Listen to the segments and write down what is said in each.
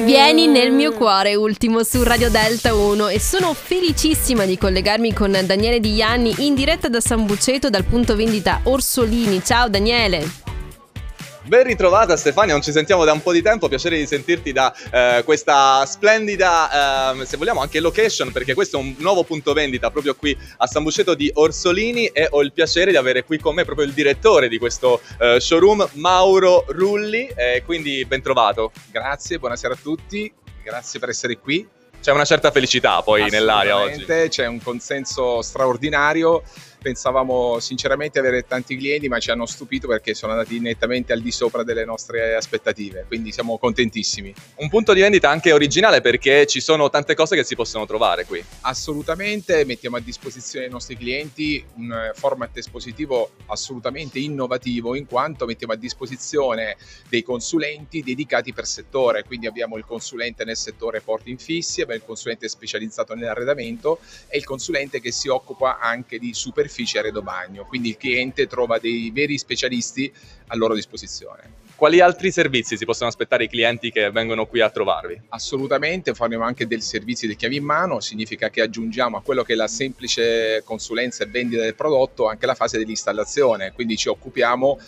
Vieni nel mio cuore, ultimo su Radio Delta 1, e sono felicissima di collegarmi con Daniele Di Ianni in diretta da San Buceto dal punto vendita Orsolini. Ciao Daniele. Ben ritrovata Stefania, non ci sentiamo da un po' di tempo, piacere di sentirti da questa splendida, se vogliamo anche location, perché questo è un nuovo punto vendita proprio qui a San Buceto di Orsolini, e ho il piacere di avere qui con me proprio il direttore di questo showroom, Mauro Rulli, quindi ben trovato. Grazie, buonasera a tutti, grazie per essere qui. C'è una certa felicità poi nell'aria oggi. C'è un consenso straordinario. Pensavamo sinceramente avere tanti clienti, ma ci hanno stupito perché sono andati nettamente al di sopra delle nostre aspettative, quindi siamo contentissimi. Un punto di vendita anche originale, perché ci sono tante cose che si possono trovare qui. Assolutamente, mettiamo a disposizione dei nostri clienti un format espositivo assolutamente innovativo, in quanto mettiamo a disposizione dei consulenti dedicati per settore, quindi abbiamo il consulente nel settore porti infissi, abbiamo il consulente specializzato nell'arredamento e il consulente che si occupa anche di superficie arredo bagno, quindi il cliente trova dei veri specialisti a loro disposizione. Quali altri servizi si possono aspettare i clienti che vengono qui a trovarvi? Assolutamente, faremo anche dei servizi del chiavi in mano, significa che aggiungiamo a quello che è la semplice consulenza e vendita del prodotto anche la fase dell'installazione, quindi ci occupiamo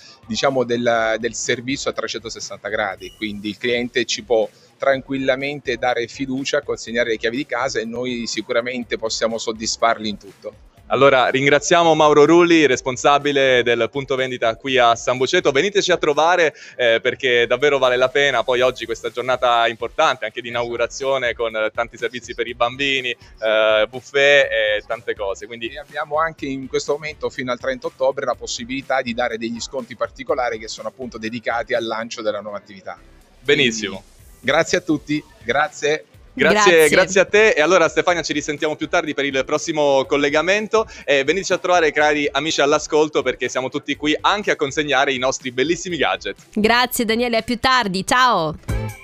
del servizio a 360 gradi, quindi il cliente ci può tranquillamente dare fiducia, consegnare le chiavi di casa e noi sicuramente possiamo soddisfarli in tutto. Allora ringraziamo Mauro Rulli, responsabile del punto vendita qui a San Buceto. Veniteci a trovare perché davvero vale la pena. Poi oggi questa giornata importante anche di inaugurazione con tanti servizi per i bambini, buffet e tante cose. Quindi abbiamo anche in questo momento fino al 30 ottobre la possibilità di dare degli sconti particolari che sono appunto dedicati al lancio della nuova attività. Benissimo. Quindi, grazie a tutti, grazie. Grazie a te. E allora Stefania, ci risentiamo più tardi per il prossimo collegamento e veniteci a trovare, cari amici all'ascolto, perché siamo tutti qui anche a consegnare i nostri bellissimi gadget. Grazie Daniele, a più tardi, ciao.